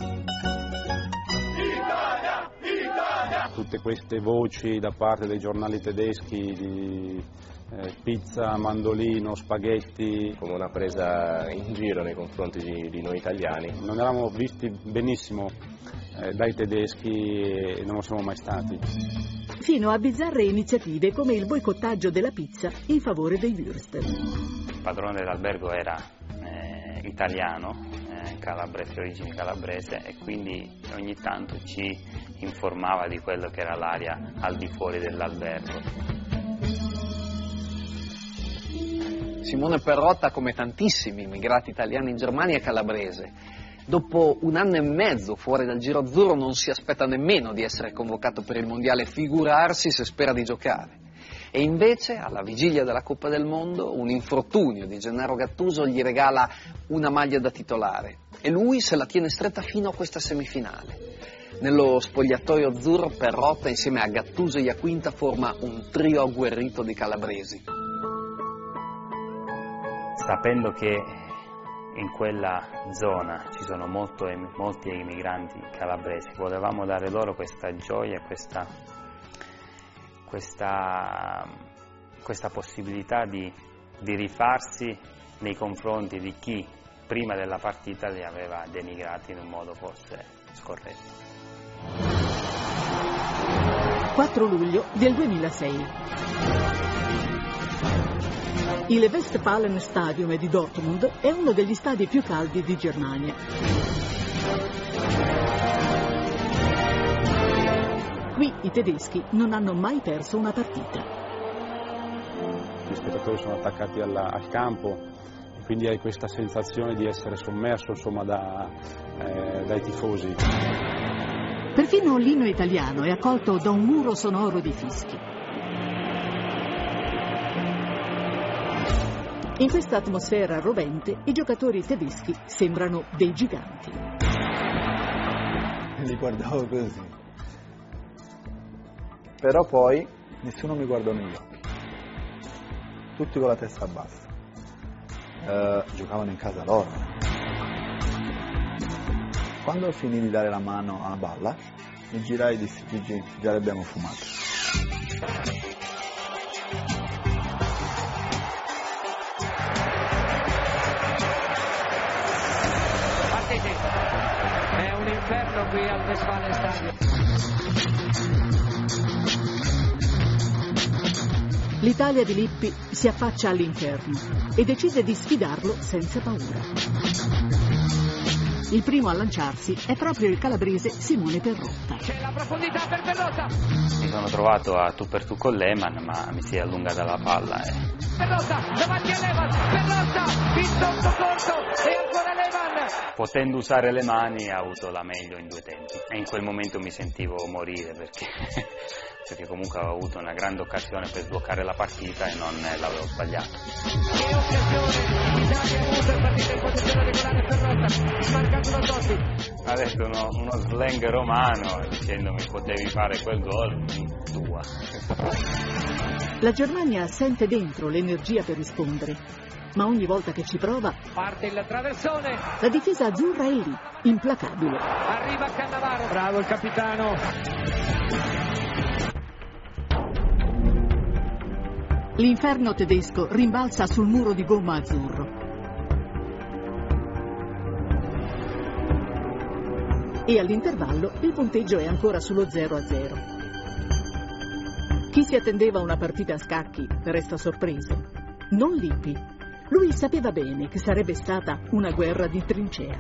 Italia! Italia! Tutte queste voci da parte dei giornali tedeschi di eh, pizza, mandolino, spaghetti, come una presa in giro nei confronti di, di noi italiani. Non eravamo visti benissimo eh, dai tedeschi e non lo siamo mai stati. Fino a bizzarre iniziative come il boicottaggio della pizza in favore dei Würstel. Il padrone dell'albergo era eh, italiano, eh, calabrese, origine calabrese, e quindi ogni tanto ci informava di quello che era l'aria al di fuori dell'albergo. Simone Perrotta, come tantissimi immigrati italiani in Germania, è calabrese. Dopo un anno e mezzo fuori dal giro azzurro non si aspetta nemmeno di essere convocato per il mondiale, figurarsi se spera di giocare. E invece, alla vigilia della Coppa del Mondo, un infortunio di Gennaro Gattuso gli regala una maglia da titolare e lui se la tiene stretta fino a questa semifinale. Nello spogliatoio azzurro, Perrotta insieme a Gattuso e Iaquinta forma un trio agguerrito di calabresi. Sapendo che in quella zona ci sono molto, molti emigranti calabresi, volevamo dare loro questa gioia, questa, questa, questa possibilità di, di rifarsi nei confronti di chi prima della partita li aveva denigrati in un modo forse scorretto. quattro luglio del duemilasei. Il Westfalenstadion di Dortmund è uno degli stadi più caldi di Germania. Qui i tedeschi non hanno mai perso una partita. Gli spettatori sono attaccati alla, al campo e quindi hai questa sensazione di essere sommerso, insomma, da, eh, dai tifosi. Perfino l'inno italiano è accolto da un muro sonoro di fischi. In questa atmosfera rovente, i giocatori tedeschi sembrano dei giganti. Li guardavo così. Però poi nessuno mi guardò negli occhi. Tutti con la testa bassa. Eh, giocavano in casa loro. Quando finì di dare la mano alla balla, mi girai e dissi: Gigi, già l'abbiamo fumato. È un inferno qui al Westfalenstadion. L'Italia di Lippi si affaccia all'inferno e decide di sfidarlo senza paura. Il primo a lanciarsi è proprio il calabrese Simone Perrotta. C'è la profondità per Perrotta. Mi sono trovato a tu per tu con Lehmann, ma mi si è allungata la palla. E... Perrotta davanti a Lehmann. Perrotta in sotto corto e ancora Lehmann. Potendo usare le mani ha avuto la meglio in due tempi e in quel momento mi sentivo morire perché, perché comunque avevo avuto una grande occasione per sbloccare la partita e non l'avevo sbagliata. Che occasione! L'Italia ha avuto il partito in posizione regolare. Perrotta marcato da Totti. Ha detto uno, uno slang romano dicendomi potevi fare quel gol, tua. La Germania sente dentro l'energia per rispondere, ma ogni volta che ci prova parte il traversone. La difesa azzurra è lì, implacabile. Arriva Cannavaro. Bravo il capitano. L'inferno tedesco rimbalza sul muro di gomma azzurro. E all'intervallo il punteggio è ancora sullo zero a zero. Chi si attendeva una partita a scacchi resta sorpreso. Non Lippi. Lui sapeva bene che sarebbe stata una guerra di trincea.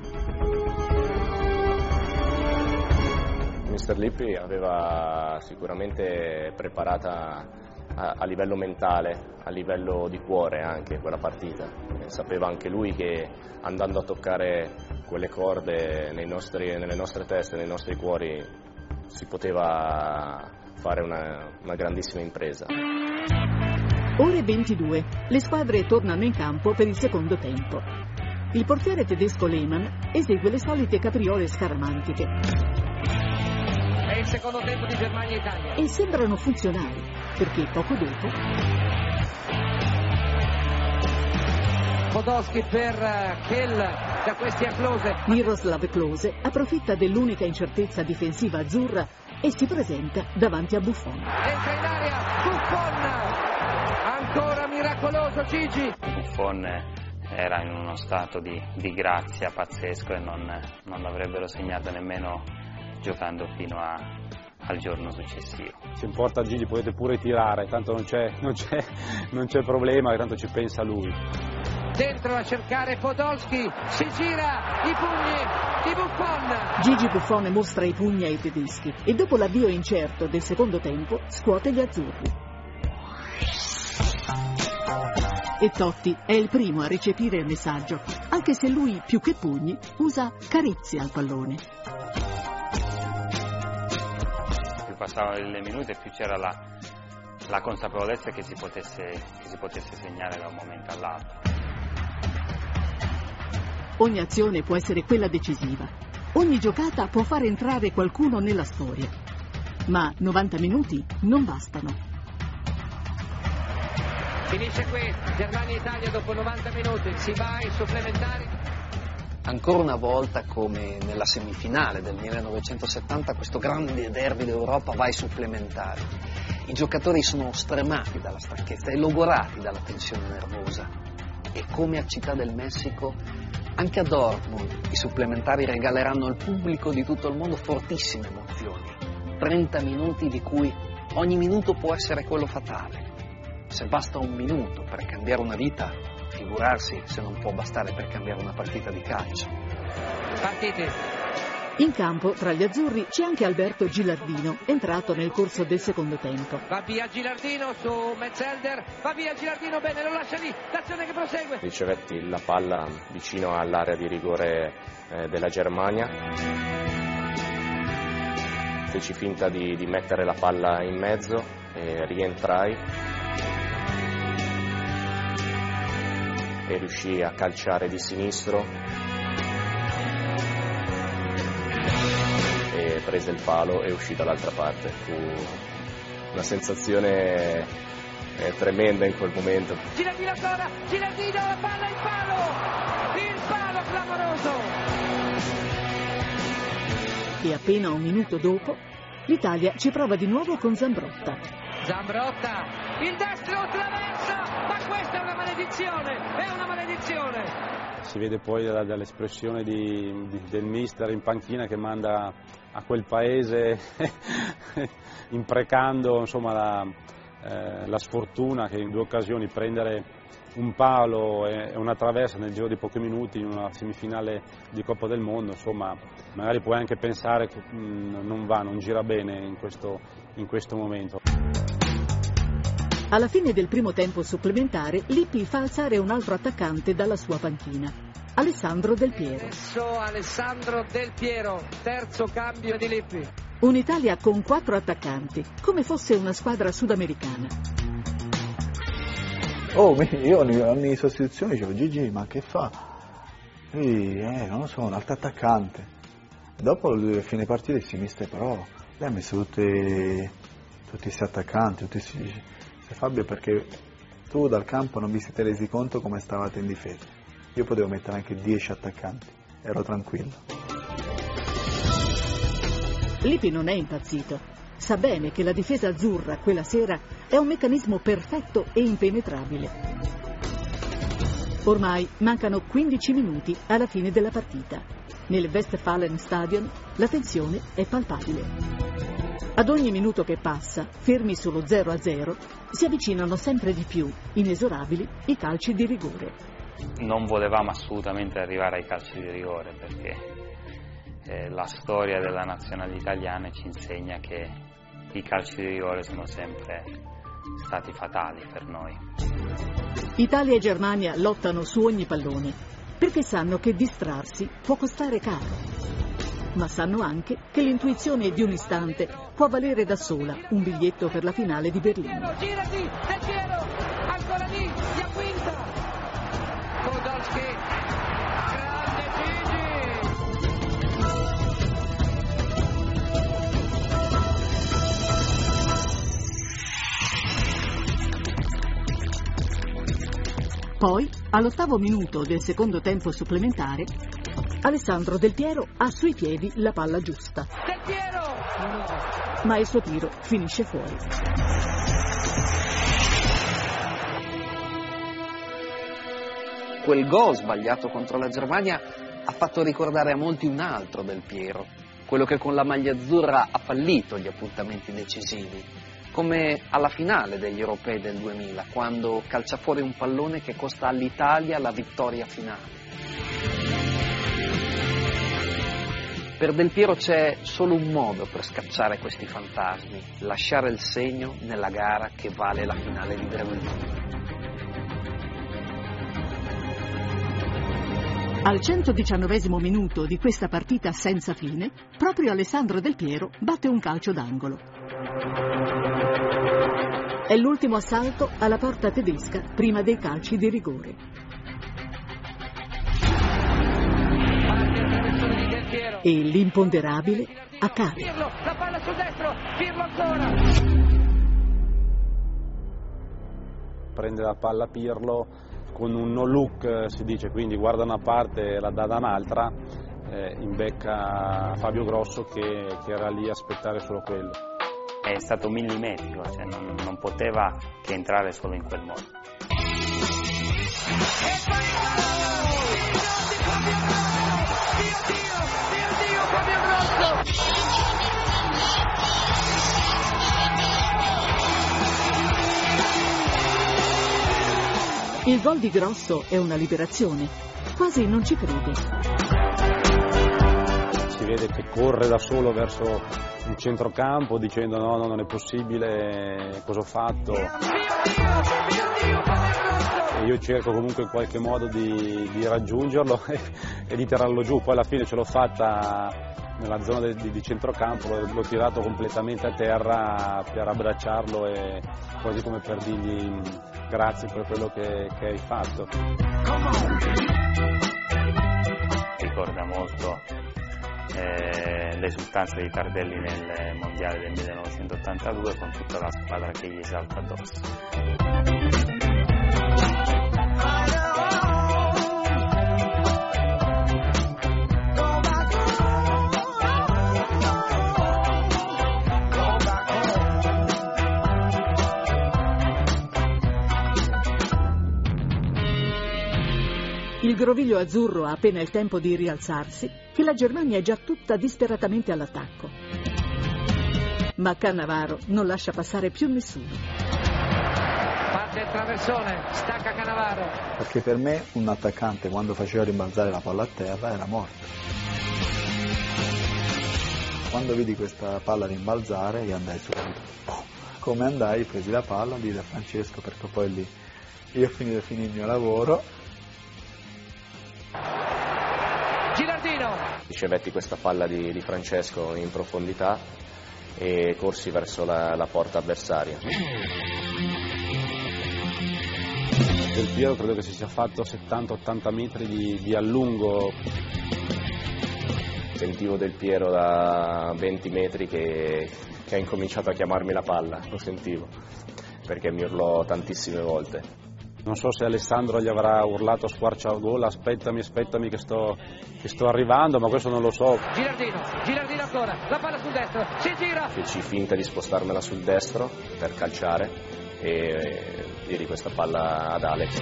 mister Lippi aveva sicuramente preparata a, a livello mentale, a livello di cuore anche quella partita. E sapeva anche lui che andando a toccare quelle corde nei nostri, nelle nostre teste, nei nostri cuori, si poteva fare una, una grandissima impresa. Ore ventidue. Le squadre tornano in campo per il secondo tempo. Il portiere tedesco Lehmann esegue le solite capriole scaramantiche. È il secondo tempo di Germania-Italia. E sembrano funzionali, perché poco dopo Podolski per Kell, da questi a Klose. Miroslav Klose approfitta dell'unica incertezza difensiva azzurra e si presenta davanti a Buffon. Entra in area, Buffon, ancora miracoloso Gigi. Buffon era in uno stato di, di grazia pazzesco e non, non l'avrebbero segnato nemmeno giocando fino a, al giorno successivo. Se importa Gigi potete pure tirare, tanto non c'è, non c'è, non c'è problema, tanto ci pensa lui. Dentro a cercare Podolski, si gira, i pugni di Buffon. Gigi Buffon mostra i pugni ai tedeschi e dopo l'avvio incerto del secondo tempo scuote gli azzurri. E Totti è il primo a recepire il messaggio, anche se lui più che pugni usa carizze al pallone. Più passavano le minute più c'era la, la consapevolezza che si potesse, che si potesse segnare da un momento all'altro. Ogni azione può essere quella decisiva. Ogni giocata può far entrare qualcuno nella storia. Ma novanta minuti non bastano. Finisce qui, Germania-Italia dopo novanta minuti, si va ai supplementari. Ancora una volta, come nella semifinale del millenovecentosettanta, questo grande derby d'Europa va ai supplementari. I giocatori sono stremati dalla stanchezza e logorati dalla tensione nervosa. E come a Città del Messico, anche a Dortmund i supplementari regaleranno al pubblico di tutto il mondo fortissime emozioni. trenta minuti di cui ogni minuto può essere quello fatale. Se basta un minuto per cambiare una vita, figurarsi se non può bastare per cambiare una partita di calcio. Partite. In campo, tra gli azzurri, c'è anche Alberto Gilardino, entrato nel corso del secondo tempo. Va via Gilardino su Metzelder, va via Gilardino, bene, lo lascia lì, l'azione che prosegue. Ricevetti la palla vicino all'area di rigore eh, della Germania. Feci finta di, di mettere la palla in mezzo e rientrai. E riuscii a calciare di sinistro e prese il palo e uscì dall'altra parte. Fu una sensazione eh, tremenda in quel momento. Gilardino ancora, Gilardino, la palla, il palo, il palo clamoroso. E appena un minuto dopo, l'Italia ci prova di nuovo con Zambrotta. Zambrotta, il destro traversa, ma questa è una maledizione, è una maledizione. Si vede poi dall'espressione di, di, del mister in panchina che manda a quel paese imprecando insomma, la, eh, la sfortuna che in due occasioni prendere un palo e una traversa nel giro di pochi minuti in una semifinale di Coppa del Mondo, insomma magari puoi anche pensare che mh, non va, non gira bene in questo, in questo momento. Alla fine del primo tempo supplementare, Lippi fa alzare un altro attaccante dalla sua panchina, Alessandro Del Piero. Adesso Alessandro Del Piero, terzo cambio di Lippi. Un'Italia con quattro attaccanti, come fosse una squadra sudamericana. Oh, io ogni sostituzione dicevo, Gigi, ma che fa? Lui, eh, non lo so, un altro attaccante. Dopo, a fine partita, si mister, però lei ha messo tutti questi attaccanti, tutti questi... Fabio, perché tu dal campo non vi siete resi conto come stavate in difesa. Io potevo mettere anche dieci attaccanti, ero tranquillo. Lippi non è impazzito. Sa bene che la difesa azzurra quella sera è un meccanismo perfetto e impenetrabile. Ormai mancano quindici minuti alla fine della partita. Nel Westfalenstadion la tensione è palpabile. Ad ogni minuto che passa, fermi sullo zero a zero, si avvicinano sempre di più, inesorabili, i calci di rigore. Non volevamo assolutamente arrivare ai calci di rigore perché eh, la storia della nazionale italiana ci insegna che i calci di rigore sono sempre stati fatali per noi. Italia e Germania lottano su ogni pallone, perché sanno che distrarsi può costare caro. Ma sanno anche che l'intuizione di un istante può valere da sola un biglietto per la finale di Berlino. Girati, Del Piero, ancora lì, Iaquinta. Podolski, grande Gigi. Poi, all'ottavo minuto del secondo tempo supplementare, Alessandro Del Piero ha sui piedi la palla giusta. Del Piero! Ma il suo tiro finisce fuori. Quel gol sbagliato contro la Germania ha fatto ricordare a molti un altro Del Piero, quello che con la maglia azzurra ha fallito gli appuntamenti decisivi, come alla finale degli europei del duemila, quando calcia fuori un pallone che costa all'Italia la vittoria finale. Per Del Piero c'è solo un modo per scacciare questi fantasmi: lasciare il segno nella gara che vale la finale di Berlino. Al centodiciannovesimo minuto di questa partita senza fine, proprio Alessandro Del Piero batte un calcio d'angolo. È l'ultimo assalto alla porta tedesca prima dei calci di rigore. E l'imponderabile accade. Pirlo, la palla sul destro, Pirlo ancora. Prende la palla Pirlo con un no look, si dice, quindi guarda una parte e la dà da un'altra, eh, imbecca Fabio Grosso che, che era lì a aspettare solo quello. È stato millimetrico, cioè non, non poteva che entrare solo in quel modo. Il gol di Grosso è una liberazione, quasi non ci crede. Si vede che corre da solo verso il centrocampo dicendo no, no, non è possibile, cosa ho fatto? E io cerco comunque in qualche modo di, di raggiungerlo e, e di tirarlo giù, poi alla fine ce l'ho fatta nella zona di, di centrocampo, l'ho, l'ho tirato completamente a terra per abbracciarlo e quasi come per dirgli grazie per quello che, che hai fatto. Ricorda molto eh, l'esultanza di Tardelli nel mondiale del millenovecentottantadue con tutta la squadra che gli salta addosso. Il groviglio azzurro ha appena il tempo di rialzarsi, che la Germania è già tutta disperatamente all'attacco. Ma Cannavaro non lascia passare più nessuno. Parte il traversone, stacca Cannavaro. Perché per me un attaccante quando faceva rimbalzare la palla a terra era morto. Quando vidi questa palla rimbalzare io andai subito. Come andai, presi la palla, lì da Francesco, perché poi lì io ho finito, finito il mio lavoro. Gilardino. Ricevetti questa palla di, di Francesco in profondità e corsi verso la, la porta avversaria. Del Piero credo che si sia fatto settanta ottanta metri di, di allungo. Sentivo Del Piero da venti metri che, che ha incominciato a chiamarmi la palla, lo sentivo, perché mi urlò tantissime volte. Non so se Alessandro gli avrà urlato a squarciagola, aspettami, aspettami che sto, che sto arrivando, ma questo non lo so. Gilardino, Gilardino ancora, la palla sul destro, si gira. Feci finta di spostarmela sul destro per calciare e diedi questa palla ad Alex.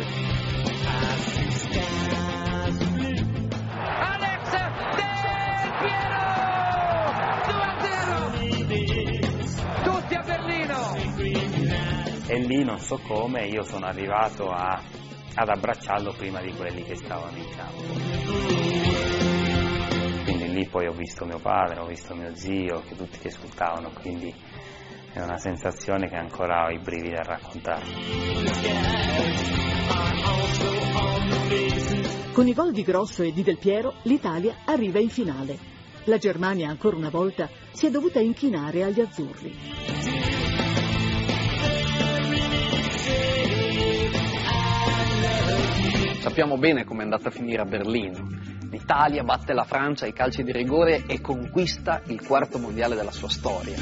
Alex Del Piero! due a zero! Tutti a Berlino! E lì non so come io sono arrivato a, ad abbracciarlo prima di quelli che stavano in campo. Quindi lì poi ho visto mio padre, ho visto mio zio, che tutti che esultavano, quindi è una sensazione che ancora ho i brividi a raccontare. Con i gol di Grosso e di Del Piero, l'Italia arriva in finale. La Germania, ancora una volta, si è dovuta inchinare agli azzurri. Sappiamo bene com'è andata a finire a Berlino. L'Italia batte la Francia ai calci di rigore e conquista il quarto mondiale della sua storia.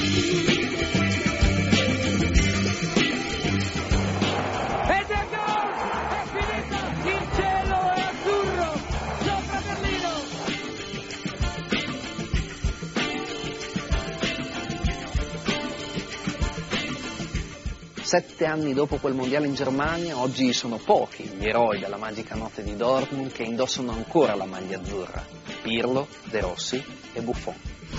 Ed è gol! È finita! Il cielo è azzurro! Sopra Berlino! Sette anni dopo quel mondiale in Germania, oggi sono pochi gli eroi della magica notte di Dortmund che indossano ancora la maglia azzurra. Pirlo, De Rossi e Buffon.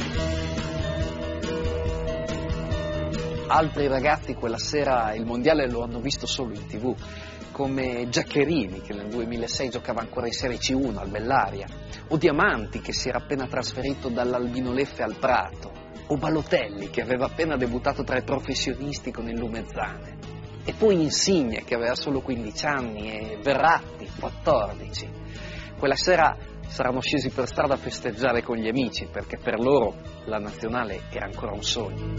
Altri ragazzi quella sera il mondiale lo hanno visto solo in tv, come Giaccherini che nel duemilasei giocava ancora in Serie C uno al Bellaria, o Diamanti che si era appena trasferito dall'Albinoleffe al Prato, o Balotelli che aveva appena debuttato tra i professionisti con il Lumezzane, e poi Insigne che aveva solo quindici anni e Verratti quattordici. Quella sera saranno scesi per strada a festeggiare con gli amici perché per loro la nazionale era ancora un sogno.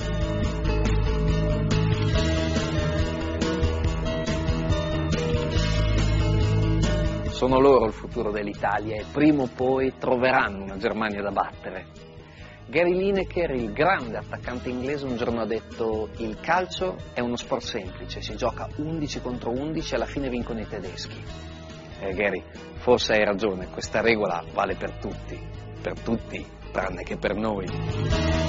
Sono loro il futuro dell'Italia e prima o poi troveranno una Germania da battere. Gary Lineker, il grande attaccante inglese, un giorno ha detto: il calcio è uno sport semplice, si gioca undici contro undici e alla fine vincono i tedeschi. E Gary, forse hai ragione, questa regola vale per tutti, per tutti tranne che per noi.